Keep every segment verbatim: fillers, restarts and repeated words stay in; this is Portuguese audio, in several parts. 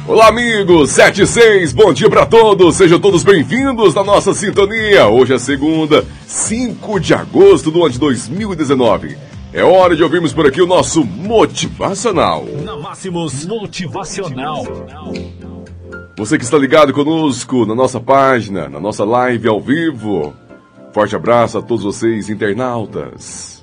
Olá, amigos, sete e seis, bom dia para todos, sejam todos bem-vindos na nossa sintonia. Hoje é segunda, cinco de agosto do ano de dois mil e dezenove. É hora de ouvirmos por aqui o nosso Motivacional. Na Máximos Motivacional. Você que está ligado conosco na nossa página, na nossa live ao vivo. Forte abraço a todos vocês, internautas.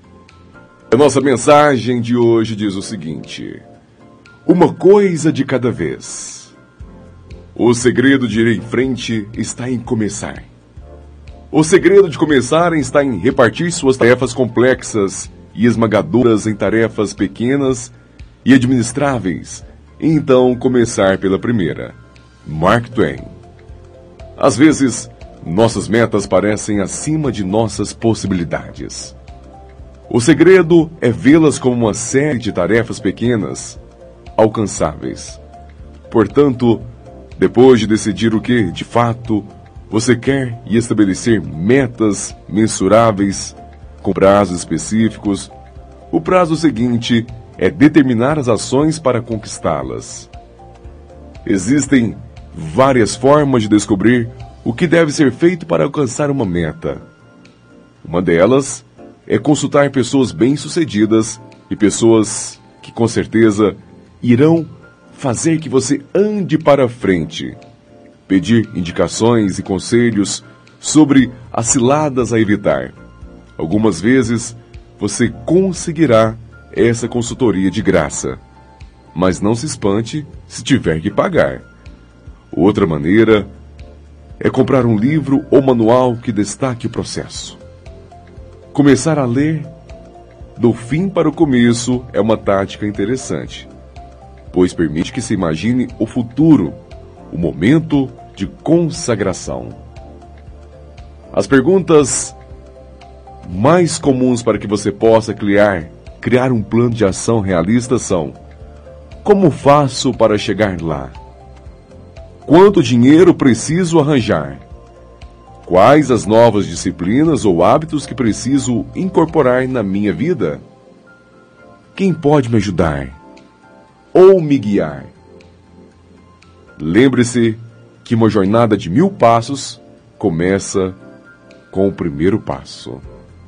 A nossa mensagem de hoje diz o seguinte: uma coisa de cada vez. O segredo de ir em frente está em começar. O segredo de começar está em repartir suas tarefas complexas e esmagadoras em tarefas pequenas e administráveis, e então começar pela primeira. Mark Twain. Às vezes, nossas metas parecem acima de nossas possibilidades. O segredo é vê-las como uma série de tarefas pequenas, alcançáveis. Portanto, depois de decidir o que, de fato, você quer e estabelecer metas mensuráveis com prazos específicos, o prazo seguinte é determinar as ações para conquistá-las. Existem várias formas de descobrir o que deve ser feito para alcançar uma meta. Uma delas é consultar pessoas bem-sucedidas e pessoas que, com certeza, irão fazer que você ande para frente. Pedir indicações e conselhos sobre as ciladas a evitar. Algumas vezes você conseguirá essa consultoria de graça, mas não se espante se tiver que pagar. Outra maneira é comprar um livro ou manual que destaque o processo. Começar a ler do fim para o começo é uma tática interessante, pois permite que se imagine o futuro, o momento de consagração. As perguntas mais comuns para que você possa criar, criar um plano de ação realista são: como faço para chegar lá? Quanto dinheiro preciso arranjar? Quais as novas disciplinas ou hábitos que preciso incorporar na minha vida? Quem pode me ajudar ou me guiar? Lembre-se que uma jornada de mil passos começa com o primeiro passo.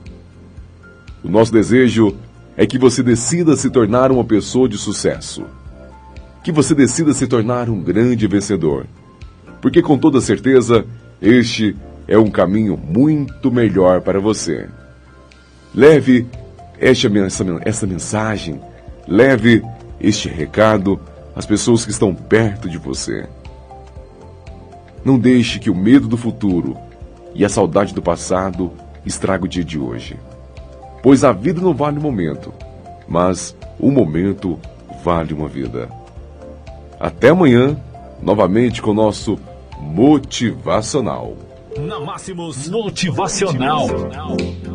O nosso desejo é que você decida se tornar uma pessoa de sucesso. Que você decida se tornar um grande vencedor. Porque com toda certeza, este é um caminho muito melhor para você. Leve esta, essa, essa mensagem, leve este recado às pessoas que estão perto de você. Não deixe que o medo do futuro e a saudade do passado estrague o dia de hoje. Pois a vida não vale o momento, mas o momento vale uma vida. Até amanhã, novamente com o nosso Motivacional. Na Máximos Motivacional.